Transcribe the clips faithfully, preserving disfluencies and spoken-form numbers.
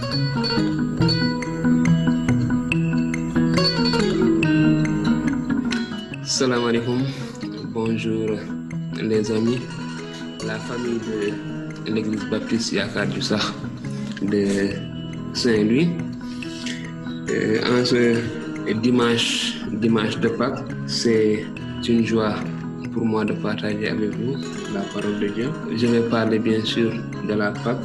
Salam alaikum, bonjour les amis, la famille de l'église baptiste Yakar du Sakh de Saint-Louis. Euh, en ce dimanche, dimanche de Pâques, c'est une joie pour moi de partager avec vous la parole de Dieu. Je vais parler bien sûr de la Pâques,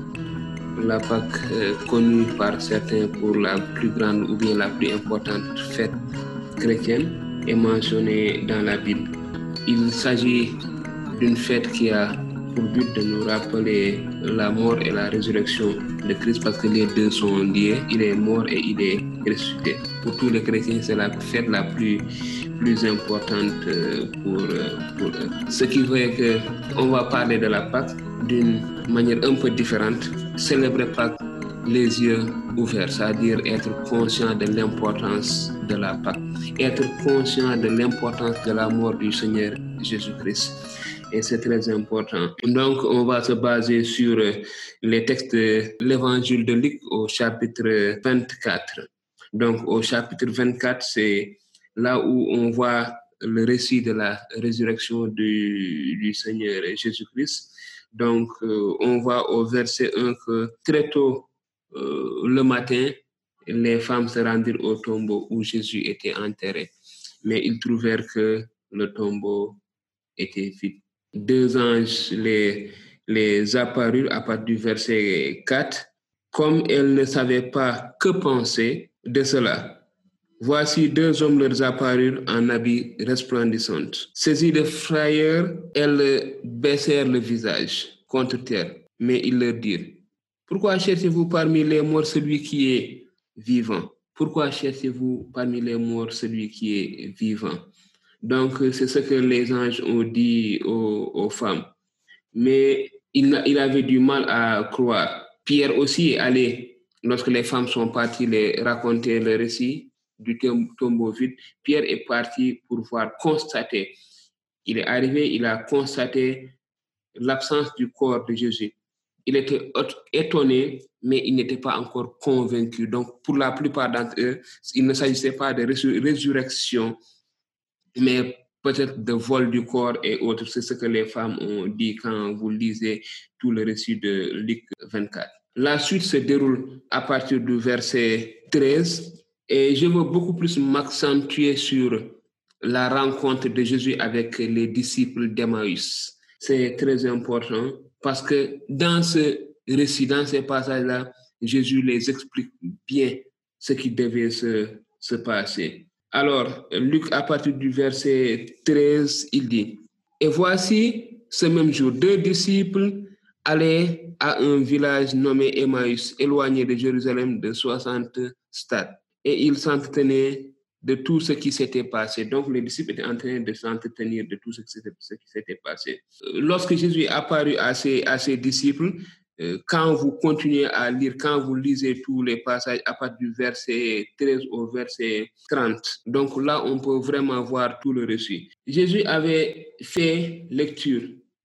la Pâques euh, connue par certains pour la plus grande ou bien la plus importante fête chrétienne est mentionnée dans la Bible. Il s'agit d'une fête qui a pour but de nous rappeler la mort et la résurrection de Christ parce que les deux sont liés. Il est mort et il est ressuscité. Pour tous les chrétiens, c'est la fête la plus, plus importante pour, pour eux. Ce qui fait qu'on va parler de la Pâque d'une manière un peu différente. Célébrer Pâques les yeux ouverts, c'est-à-dire être conscient de l'importance de la Pâque, être conscient de l'importance de la mort du Seigneur Jésus-Christ. Et c'est très important. Donc, on va se baser sur les textes de l'évangile de Luc au chapitre vingt-quatre. Donc, au chapitre vingt-quatre, c'est là où on voit le récit de la résurrection du, du Seigneur Jésus-Christ. Donc, euh, on voit au verset un que très tôt, Euh, le matin, les femmes se rendirent au tombeau où Jésus était enterré. Mais ils trouvèrent que le tombeau était vide. Deux anges les, les apparurent à partir du verset quatre. Comme elles ne savaient pas que penser de cela, voici deux hommes leur apparurent en habits resplendissants. Saisies de frayeur, elles baissèrent le visage contre terre. Mais ils leur dirent: pourquoi cherchez-vous parmi les morts celui qui est vivant? Pourquoi cherchez-vous parmi les morts celui qui est vivant? Donc, c'est ce que les anges ont dit aux, aux femmes. Mais il, il avait du mal à croire. Pierre aussi est allé, lorsque les femmes sont parties les raconter le récit du tombeau vide, Pierre est parti pour voir, constater. Il est arrivé, il a constaté l'absence du corps de Jésus. Il était étonné, mais il n'était pas encore convaincu. Donc, pour la plupart d'entre eux, il ne s'agissait pas de résurrection, mais peut-être de vol du corps et autres. C'est ce que les femmes ont dit quand vous lisez tout le récit de Luc vingt-quatre. La suite se déroule à partir du verset treize, et je veux beaucoup plus m'accentuer sur la rencontre de Jésus avec les disciples d'Emmaüs. C'est très important parce que dans ce récit, dans ces passages-là, Jésus les explique bien ce qui devait se, se passer. Alors, Luc, à partir du verset treize, il dit: et voici, ce même jour, deux disciples allaient à un village nommé Emmaüs, éloigné de Jérusalem de soixante stades, et ils s'entretenaient de tout ce qui s'était passé. Donc, les disciples étaient en train de s'entretenir de tout ce qui s'était, ce qui s'était passé. Lorsque Jésus est apparu à ses, à ses disciples, euh, quand vous continuez à lire, quand vous lisez tous les passages à partir du verset treize au verset trente, donc là, on peut vraiment voir tout le récit. Jésus avait fait lecture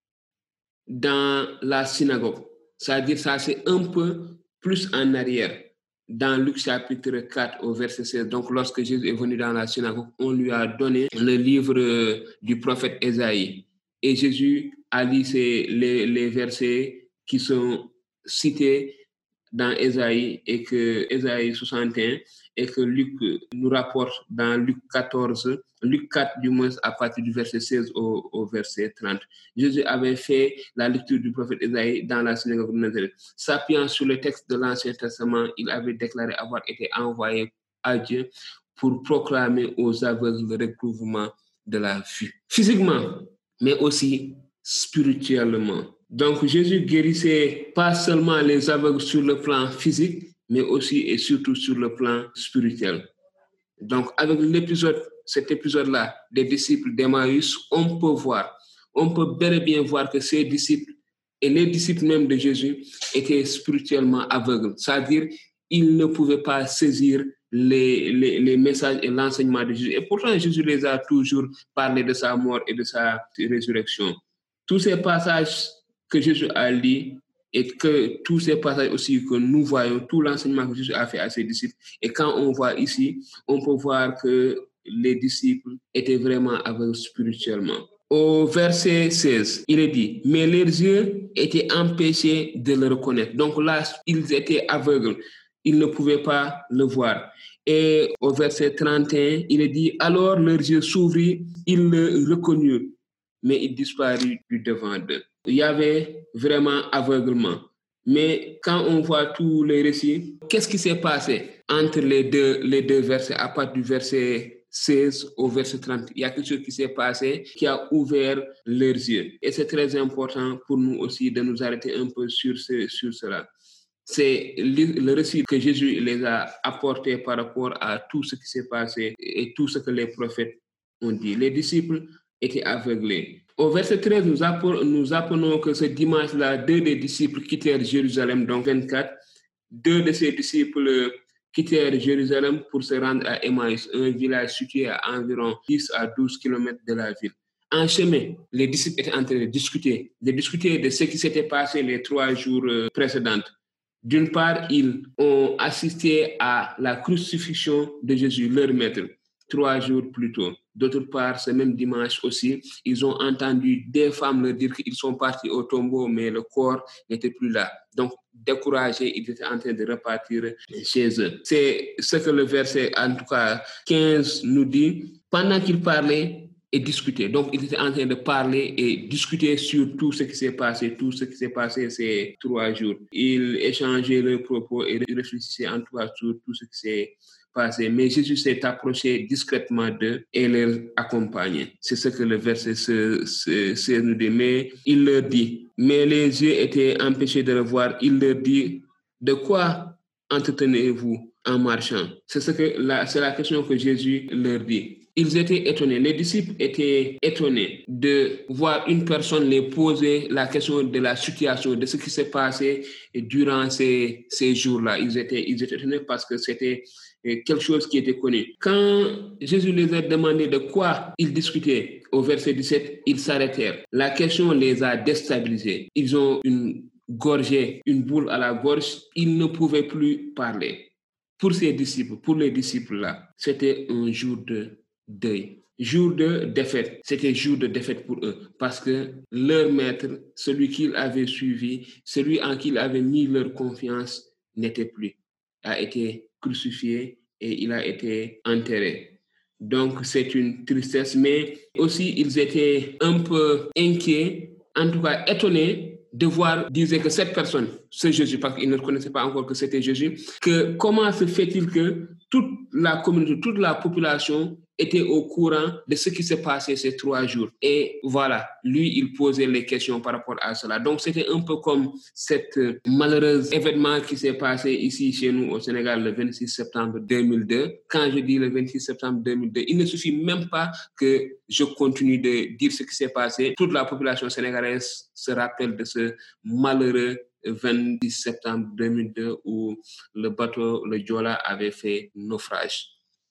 dans la synagogue, c'est-à-dire ça, c'est un peu plus en arrière. Dans Luc chapitre quatre au verset seize, donc lorsque Jésus est venu dans la synagogue, on lui a donné le livre du prophète Ésaïe. Et Jésus a lu ces, les, les versets qui sont cités dans Ésaïe, et que Ésaïe soixante et un, et que Luc nous rapporte dans Luc quatorze, Luc quatre du moins à partir du verset seize au, au verset trente. Jésus avait fait la lecture du prophète Ésaïe dans la synagogue de Nazareth. S'appuyant sur le texte de l'Ancien Testament, il avait déclaré avoir été envoyé à Dieu pour proclamer aux aveugles le recouvrement de la vue, physiquement, mais aussi spirituellement. Donc, Jésus guérissait pas seulement les aveugles sur le plan physique, mais aussi et surtout sur le plan spirituel. Donc, avec l'épisode, cet épisode-là des disciples d'Emmaüs, on peut voir, on peut bel et bien voir que ces disciples et les disciples même de Jésus étaient spirituellement aveugles. C'est-à-dire, ils ne pouvaient pas saisir les, les, les messages et l'enseignement de Jésus. Et pourtant, Jésus les a toujours parlé de sa mort et de sa résurrection. Tous ces passages que Jésus a lus et que tous ces passages aussi que nous voyons, tout l'enseignement que Jésus a fait à ses disciples, et quand on voit ici, on peut voir que les disciples étaient vraiment aveugles spirituellement. Au verset seize, il est dit, mais leurs yeux étaient empêchés de le reconnaître. Donc là, ils étaient aveugles. Ils ne pouvaient pas le voir. Et au verset trente et un, il est dit, alors leurs yeux s'ouvrirent, ils le reconnurent, mais il disparut du devant d'eux. Il y avait vraiment aveuglement. Mais quand on voit tous les récits, qu'est-ce qui s'est passé entre les deux, les deux versets, à partir du verset seize au verset trente? Il y a quelque chose qui s'est passé qui a ouvert leurs yeux. Et c'est très important pour nous aussi de nous arrêter un peu sur, ce, sur cela. C'est le, le récit que Jésus les a apportés par rapport à tout ce qui s'est passé et tout ce que les prophètes ont dit. Les disciples étaient aveuglés. Au verset treize, nous, apprenons, nous apprenons que ce dimanche-là, deux des disciples quittèrent Jérusalem, donc vingt-quatre. Deux de ces disciples quittèrent Jérusalem pour se rendre à Emmaüs, un village situé à environ dix à douze kilomètres de la ville. En chemin, les disciples étaient en train de discuter, de discuter de ce qui s'était passé les trois jours précédents. D'une part, ils ont assisté à la crucifixion de Jésus, leur maître, trois jours plus tôt. D'autre part, ce même dimanche aussi, ils ont entendu des femmes leur dire qu'ils sont partis au tombeau, mais le corps n'était plus là. Donc, découragés, ils étaient en train de repartir chez eux. C'est ce que le verset, en tout cas quinze, nous dit. Pendant qu'ils parlaient et discutaient, donc ils étaient en train de parler et discuter sur tout ce qui s'est passé, tout ce qui s'est passé ces trois jours. Ils échangeaient leurs propos et réfléchissaient en tout cas sur tout ce qui s'est passé. Mais Jésus s'est approché discrètement d'eux et les accompagnait. C'est ce que le verset se, se, se nous dit. Mais il leur dit, mais les yeux étaient empêchés de le voir. Il leur dit, de quoi entretenez-vous en marchant? C'est ce que la, c'est la question que Jésus leur dit. Ils étaient étonnés, les disciples étaient étonnés de voir une personne les poser la question de la situation, de ce qui s'est passé durant ces, ces jours-là. Ils étaient, ils étaient étonnés parce que c'était quelque chose qui était connu. Quand Jésus les a demandé de quoi ils discutaient, au verset dix-sept, ils s'arrêtèrent. La question les a déstabilisés. Ils ont une gorgée, une boule à la gorge. Ils ne pouvaient plus parler. Pour ces disciples, pour les disciples-là, c'était un jour de deuil, jour de défaite. C'était jour de défaite pour eux parce que leur maître, celui qu'ils avaient suivi, celui en qui ils avaient mis leur confiance, n'était plus, a été crucifié et il a été enterré. Donc c'est une tristesse, mais aussi ils étaient un peu inquiets, en tout cas étonnés de voir, disait que cette personne, c'est Jésus, parce qu'ils ne connaissaient pas encore que c'était Jésus, que comment se fait-il que toute la communauté, toute la population était au courant de ce qui s'est passé ces trois jours. Et voilà, lui, il posait les questions par rapport à cela. Donc, c'était un peu comme cet malheureux événement qui s'est passé ici chez nous au Sénégal le vingt-six septembre deux mille deux. Quand je dis le vingt-six septembre deux mille deux, il ne suffit même pas que je continue de dire ce qui s'est passé. Toute la population sénégalaise se rappelle de ce malheureux vingt-six septembre deux mille deux où le bateau, le Joola, avait fait naufrage.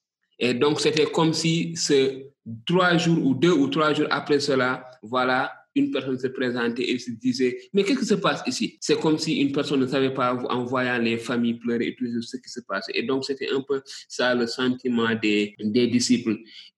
Et donc, c'était comme si ce trois jours ou deux ou trois jours après cela, voilà, une personne se présentait et se disait, mais qu'est-ce qui se passe ici? C'est comme si une personne ne savait pas en voyant les familles pleurer et tout ce qui se passe. Et donc, c'était un peu ça le sentiment des, des disciples.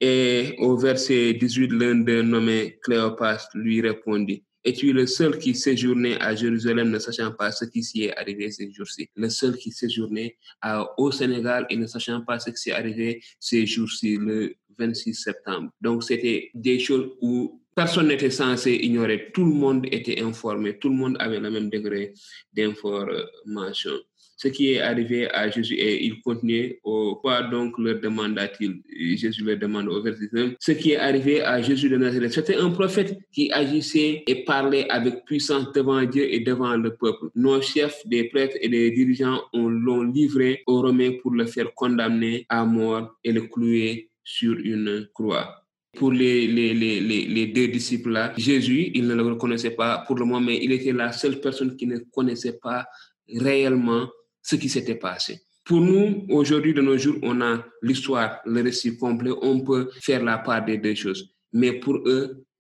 Et au verset dix-huit, l'un d'eux nommé Cléopas lui répondit, es-tu le seul qui séjournait à Jérusalem ne sachant pas ce qui s'y est arrivé ces jours-ci? Le seul qui séjournait à, au Sénégal et ne sachant pas ce qui s'est arrivé ces jours-ci, le vingt-six septembre. Donc, c'était des choses où personne n'était censé ignorer. Tout le monde était informé. Tout le monde avait le même degré d'information. Ce qui est arrivé à Jésus et il continuait, au, quoi donc leur demanda-t-il? Jésus leur demande au verset neuf. Ce qui est arrivé à Jésus de Nazareth, c'était un prophète qui agissait et parlait avec puissance devant Dieu et devant le peuple. Nos chefs, des prêtres et des dirigeants on, l'ont livré aux Romains pour le faire condamner à mort et le clouer sur une croix. Pour les, les, les, les deux disciples-là, Jésus, ils ne le reconnaissaient pas pour le moment, mais il était la seule personne qui ne connaissait pas réellement ce qui s'était passé. Pour nous, aujourd'hui, de nos jours, on a l'histoire, le récit complet, on peut faire la part des deux choses. Mais pour eux,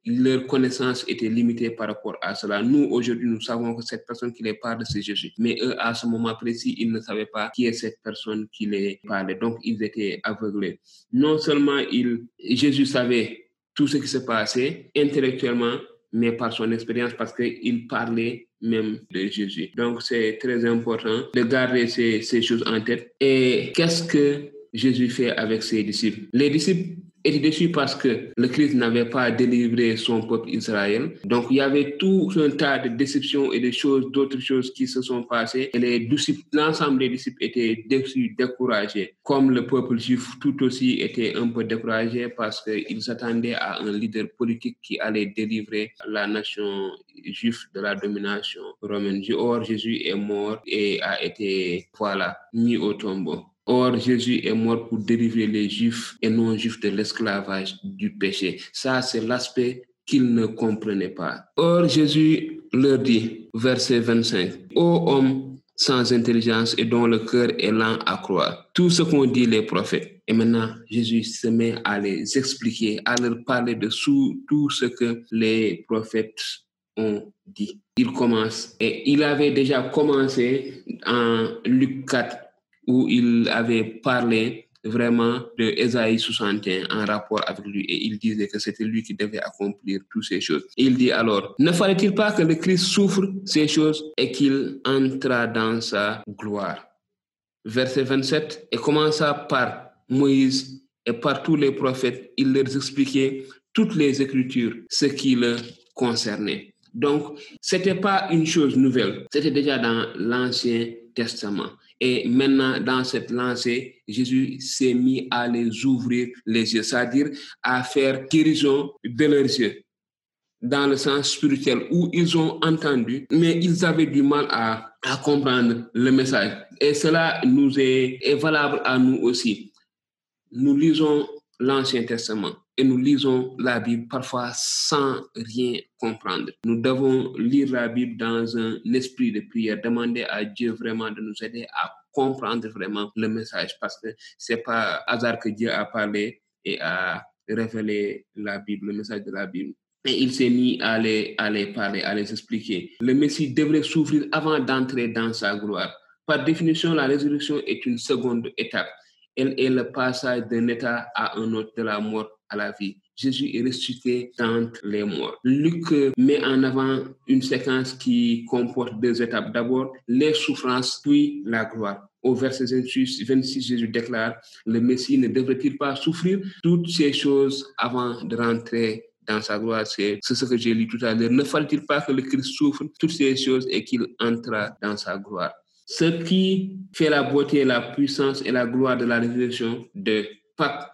leur connaissance était limitée par rapport à cela. Nous, aujourd'hui, nous savons que cette personne qui les parle, c'est Jésus. Mais eux, à ce moment précis, ils ne savaient pas qui est cette personne qui les parlait. Donc, ils étaient aveuglés. Non seulement il, Jésus savait tout ce qui se passait intellectuellement, mais par son expérience, parce qu'il parlait même de Jésus. Donc, c'est très important de garder ces, ces choses en tête. Et qu'est-ce que Jésus fait avec ses disciples? Les disciples étaient déçus parce que le Christ n'avait pas délivré son peuple Israël. Donc, il y avait tout un tas de déceptions et de choses, d'autres choses qui se sont passées. Et les disciples, l'ensemble des disciples étaient déçus, découragés. Comme le peuple juif, tout aussi était un peu découragé parce qu'ils s'attendaient à un leader politique qui allait délivrer la nation juive de la domination romaine. Or, Jésus est mort et a été, voilà, mis au tombeau. Or, Jésus est mort pour délivrer les Juifs et non-Juifs de l'esclavage du péché. Ça, c'est l'aspect qu'ils ne comprenaient pas. Or, Jésus leur dit, verset vingt-cinq, « Ô homme sans intelligence et dont le cœur est lent à croire, tout ce qu'ont dit les prophètes. » Et maintenant, Jésus se met à les expliquer, à leur parler de tout ce que les prophètes ont dit. Il commence, et il avait déjà commencé en Luc quatre, où il avait parlé vraiment de Ésaïe soixante et un en rapport avec lui, et il disait que c'était lui qui devait accomplir toutes ces choses. Et il dit alors, ne fallait-il pas que le Christ souffre ces choses et qu'il entra dans sa gloire? Verset vingt-sept, et commença par Moïse et par tous les prophètes, il leur expliquait toutes les Écritures, ce qui le concernait. Donc, c'était pas une chose nouvelle, c'était déjà dans l'Ancien Testament. Et maintenant, dans cette lancée, Jésus s'est mis à les ouvrir les yeux, c'est-à-dire à faire guérison de leurs yeux, dans le sens spirituel, où ils ont entendu, mais ils avaient du mal à, à comprendre le message. Et cela nous est, est valable à nous aussi. Nous lisons l'Ancien Testament et nous lisons la Bible parfois sans rien comprendre. Nous devons lire la Bible dans un esprit de prière, demander à Dieu vraiment de nous aider à comprendre vraiment le message, parce que c'est pas hasard que Dieu a parlé et a révélé la Bible, le message de la Bible. Et il s'est mis à les, à les parler, à les expliquer. Le Messie devrait souffrir avant d'entrer dans sa gloire. Par définition, la résurrection est une seconde étape. Elle est le passage d'un état à un autre, de la mort à la vie. Jésus est ressuscité d'entre les morts. Luc met en avant une séquence qui comporte deux étapes. D'abord, les souffrances, puis la gloire. Au verset vingt-six, Jésus déclare, le Messie ne devrait-il pas souffrir toutes ces choses avant de rentrer dans sa gloire? C'est ce que j'ai lu tout à l'heure. Ne fallait-il pas que le Christ souffre toutes ces choses et qu'il entre dans sa gloire? Ce qui fait la beauté, la puissance et la gloire de la résurrection de Pâques,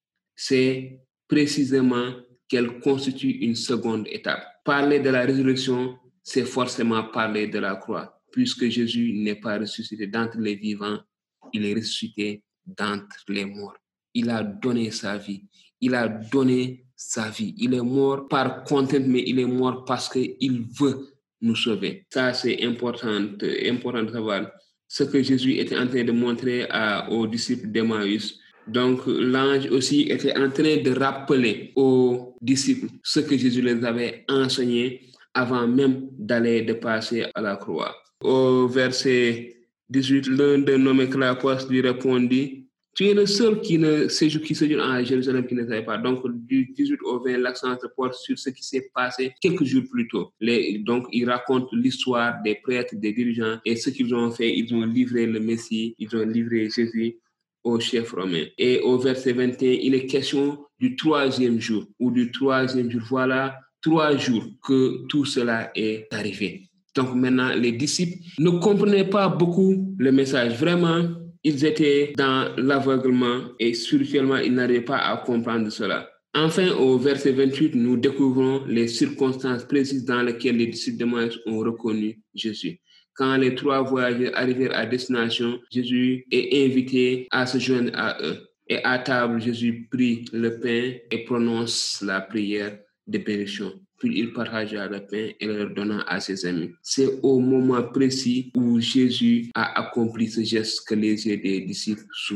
c'est précisément qu'elle constitue une seconde étape. Parler de la résurrection, c'est forcément parler de la croix, puisque Jésus n'est pas ressuscité d'entre les vivants, il est ressuscité d'entre les morts. Il a donné sa vie, il a donné sa vie. Il est mort par contrainte, mais il est mort parce qu'il veut nous sauver. Ça, c'est important, important de savoir. Ce que Jésus était en train de montrer à, aux disciples d'Emmaüs. Donc, l'ange aussi était en train de rappeler aux disciples ce que Jésus les avait enseigné avant même d'aller de passer à la croix. Au verset dix-huit, l'un des nommés Cléopas lui répondit, tu es le seul qui ne séjourne, qui séjourne à Jérusalem qui ne savait pas. Donc, du dix-huit au vingt, l'accent se porte sur ce qui s'est passé quelques jours plus tôt. Les, donc, il raconte l'histoire des prêtres, des dirigeants et ce qu'ils ont fait. Ils ont livré le Messie, ils ont livré Jésus au chef romain. Et au verset vingt et un, il est question du troisième jour ou du troisième jour. Voilà, trois jours que tout cela est arrivé. Donc, maintenant, les disciples ne comprenaient pas beaucoup le message. Vraiment, ils étaient dans l'aveuglement et spirituellement, ils n'arrivaient pas à comprendre cela. Enfin, au verset vingt-huit, nous découvrons les circonstances précises dans lesquelles les disciples d'Emmaüs ont reconnu Jésus. Quand les trois voyageurs arrivèrent à destination, Jésus est invité à se joindre à eux. Et à table, Jésus prit le pain et prononce la prière de bénédiction. Puis il partagea le pain et le donna à ses amis. C'est au moment précis où Jésus a accompli ce geste que les yeux des disciples souffraient.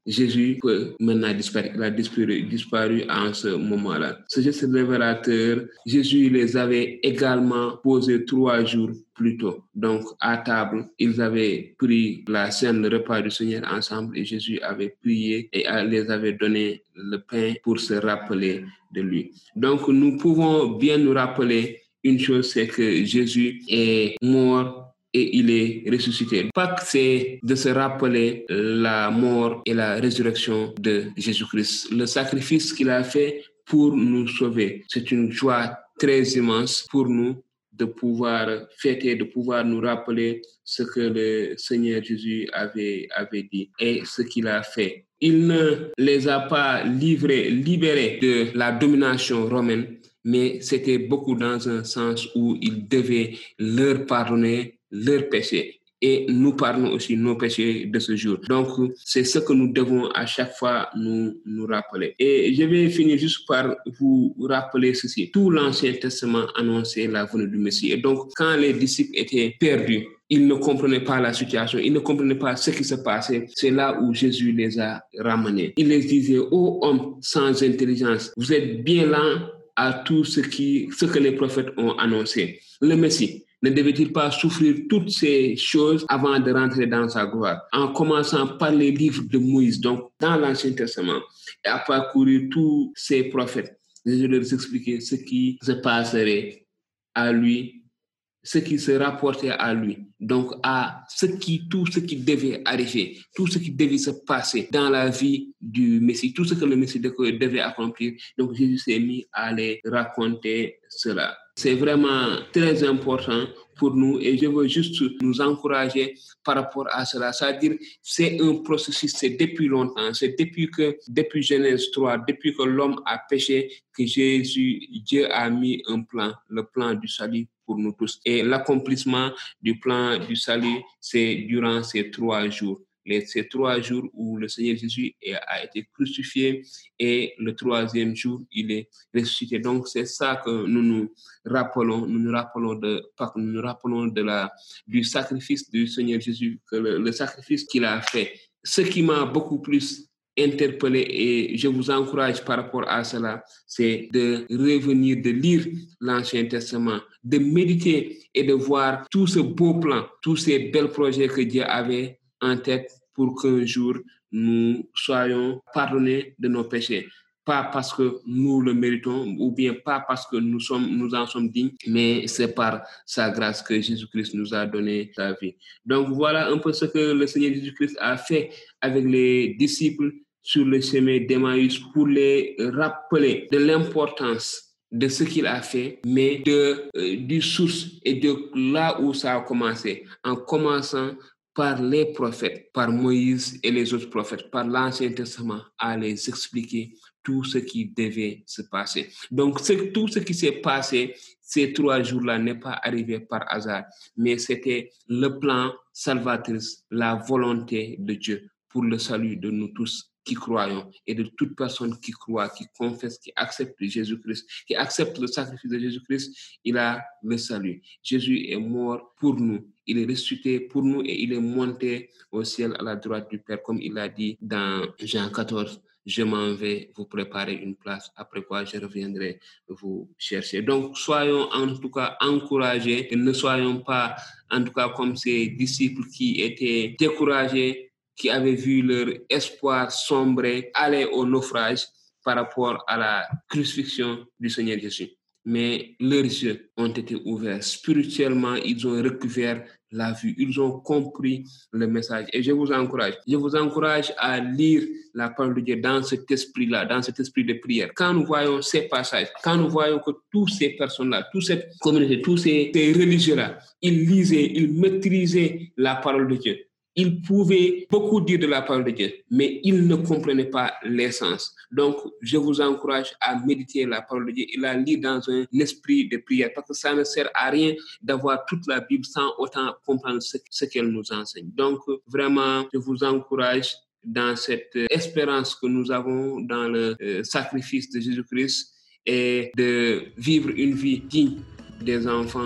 Jésus peut maintenant disparaître. Il a disparu, disparu en ce moment-là. Ce geste révélateur, Jésus les avait également posés trois jours plus tôt. Donc, à table, ils avaient pris la scène, le repas du Seigneur ensemble et Jésus avait prié et les avait donné le pain pour se rappeler de lui. Donc, nous pouvons bien nous rappeler une chose, c'est que Jésus est mort et il est ressuscité. Pâques, c'est de se rappeler la mort et la résurrection de Jésus-Christ, le sacrifice qu'il a fait pour nous sauver. C'est une joie très immense pour nous de pouvoir fêter, de pouvoir nous rappeler ce que le Seigneur Jésus avait, avait dit et ce qu'il a fait. Il ne les a pas livrés, libérés de la domination romaine, mais c'était beaucoup dans un sens où il devait leur pardonner leurs péchés et nous pardonnons aussi nos péchés de ce jour. Donc, c'est ce que nous devons à chaque fois nous, nous rappeler. Et je vais finir juste par vous rappeler ceci. Tout l'Ancien Testament annonçait la venue du Messie. Et donc, quand les disciples étaient perdus, ils ne comprenaient pas la situation, ils ne comprenaient pas ce qui se passait. C'est là où Jésus les a ramenés. Il les disait, ô hommes sans intelligence, vous êtes bien lents à tout ce, qui, ce que les prophètes ont annoncé. Le Messie ne devait-il pas souffrir toutes ces choses avant de rentrer dans sa gloire, en commençant par les livres de Moïse, donc dans l'Ancien Testament, et à parcourir tous ces prophètes. Je vais leur expliquer ce qui se passerait à lui, ce qui se rapportait à lui, donc à ce qui, tout ce qui devait arriver, tout ce qui devait se passer dans la vie du Messie, tout ce que le Messie devait accomplir. Donc Jésus s'est mis à les raconter cela. C'est vraiment très important pour nous et je veux juste nous encourager par rapport à cela. C'est-à-dire, c'est un processus, c'est depuis longtemps, c'est depuis que, depuis Genèse trois, depuis que l'homme a péché, que Jésus, Dieu a mis un plan, le plan du salut pour nous tous. Et l'accomplissement du plan du salut, c'est durant ces trois jours. Les, ces trois jours où le Seigneur Jésus est, a été crucifié et le troisième jour, il est ressuscité. Donc, c'est ça que nous nous rappelons, nous nous rappelons de, nous nous rappelons de la, du sacrifice du Seigneur Jésus, que le, le sacrifice qu'il a fait. Ce qui m'a beaucoup plus interpellé et je vous encourage par rapport à cela, c'est de revenir, de lire l'Ancien Testament, de méditer et de voir tout ce beau plan, tous ces bels projets que Dieu avait en tête pour qu'un jour nous soyons pardonnés de nos péchés. Pas parce que nous le méritons ou bien pas parce que nous, sommes, nous en sommes dignes, mais c'est par sa grâce que Jésus-Christ nous a donné sa vie. Donc voilà un peu ce que le Seigneur Jésus-Christ a fait avec les disciples sur le chemin d'Emmaüs pour les rappeler de l'importance de ce qu'il a fait, mais de, euh, du source et de là où ça a commencé, en commençant par les prophètes, par Moïse et les autres prophètes, par l'Ancien Testament, à les expliquer tout ce qui devait se passer. Donc, c'est, tout ce qui s'est passé ces trois jours-là n'est pas arrivé par hasard, mais c'était le plan salvatrice, la volonté de Dieu pour le salut de nous tous qui croyons et de toute personne qui croit, qui confesse, qui accepte Jésus-Christ, qui accepte le sacrifice de Jésus-Christ, il a le salut. Jésus est mort pour nous. Il est ressuscité pour nous et il est monté au ciel à la droite du Père, comme il a dit dans Jean quatorze. Je m'en vais vous préparer une place, après quoi je reviendrai vous chercher. Donc, soyons en tout cas encouragés et ne soyons pas, en tout cas, comme ces disciples qui étaient découragés, qui avaient vu leur espoir sombrer, aller au naufrage par rapport à la crucifixion du Seigneur Jésus. Mais leurs yeux ont été ouverts. Spirituellement, ils ont recouvert la vue. Ils ont compris le message. Et je vous encourage. Je vous encourage à lire la parole de Dieu dans cet esprit-là, dans cet esprit de prière. Quand nous voyons ces passages, quand nous voyons que toutes ces personnes-là, toute cette communauté, tous ces, ces religieux-là, ils lisaient, ils maîtrisaient la parole de Dieu. Ils pouvaient beaucoup dire de la parole de Dieu, mais ils ne comprenaient pas l'essence. Donc, je vous encourage à méditer la parole de Dieu et la lire dans un esprit de prière, parce que ça ne sert à rien d'avoir toute la Bible sans autant comprendre ce, ce qu'elle nous enseigne. Donc, vraiment, je vous encourage dans cette espérance que nous avons dans le euh, sacrifice de Jésus-Christ et de vivre une vie digne des enfants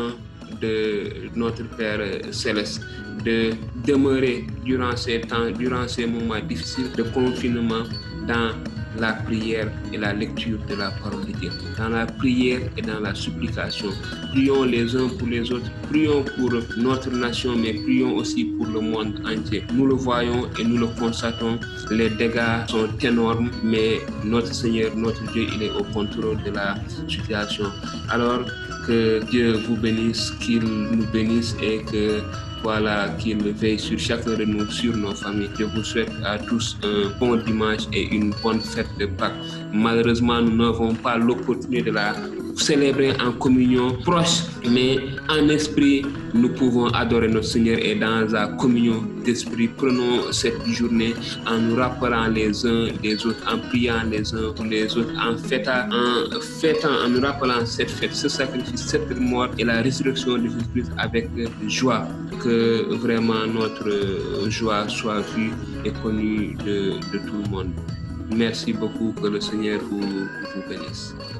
de notre Père Céleste, de demeurer durant ces temps, durant ces moments difficiles de confinement dans la prière et la lecture de la parole de Dieu, dans la prière et dans la supplication. Prions les uns pour les autres, prions pour notre nation, mais prions aussi pour le monde entier. Nous le voyons et nous le constatons, les dégâts sont énormes, mais notre Seigneur, notre Dieu, il est au contrôle de la situation. Alors que Dieu vous bénisse, qu'il nous bénisse et que voilà, qu'il veille sur chacun de nous, sur nos familles. Je vous souhaite à tous un bon dimanche et une bonne fête de Pâques. Malheureusement, nous n'avons pas l'opportunité de la célébrer en communion proche, mais en esprit, nous pouvons adorer notre Seigneur et dans la communion d'esprit, prenons cette journée en nous rappelant les uns des autres, en priant les uns pour les autres, en fêtant, en fêtant, en nous rappelant cette fête, ce sacrifice, cette mort et la résurrection de Jésus-Christ avec joie. Que vraiment notre joie soit vue et connue de, de tout le monde. Merci beaucoup, que le Seigneur vous, vous bénisse.